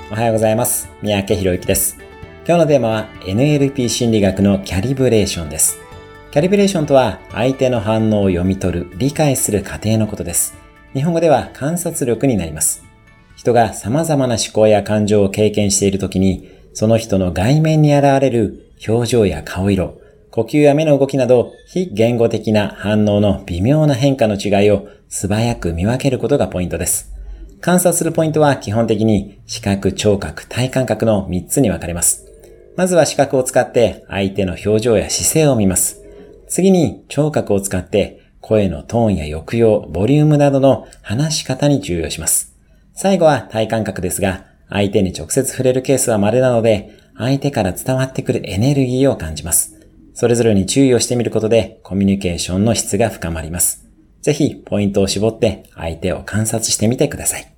おはようございます。三宅博之です。今日のテーマは NLP 心理学のキャリブレーションです。キャリブレーションとは相手の反応を読み取る、理解する過程のことです。日本語では観察力になります。人が様々な思考や感情を経験しているときに、その人の外面に現れる表情や顔色、呼吸や目の動きなど非言語的な反応の微妙な変化の違いを素早く見分けることがポイントです。観察するポイントは基本的に視覚、聴覚、体感覚の3つに分かれます。まずは視覚を使って相手の表情や姿勢を見ます。次に聴覚を使って声のトーンや抑揚、ボリュームなどの話し方に重要します。最後は体感覚ですが、相手に直接触れるケースは稀なので、相手から伝わってくるエネルギーを感じます。それぞれに注意をしてみることでコミュニケーションの質が深まります。ぜひポイントを絞って相手を観察してみてください。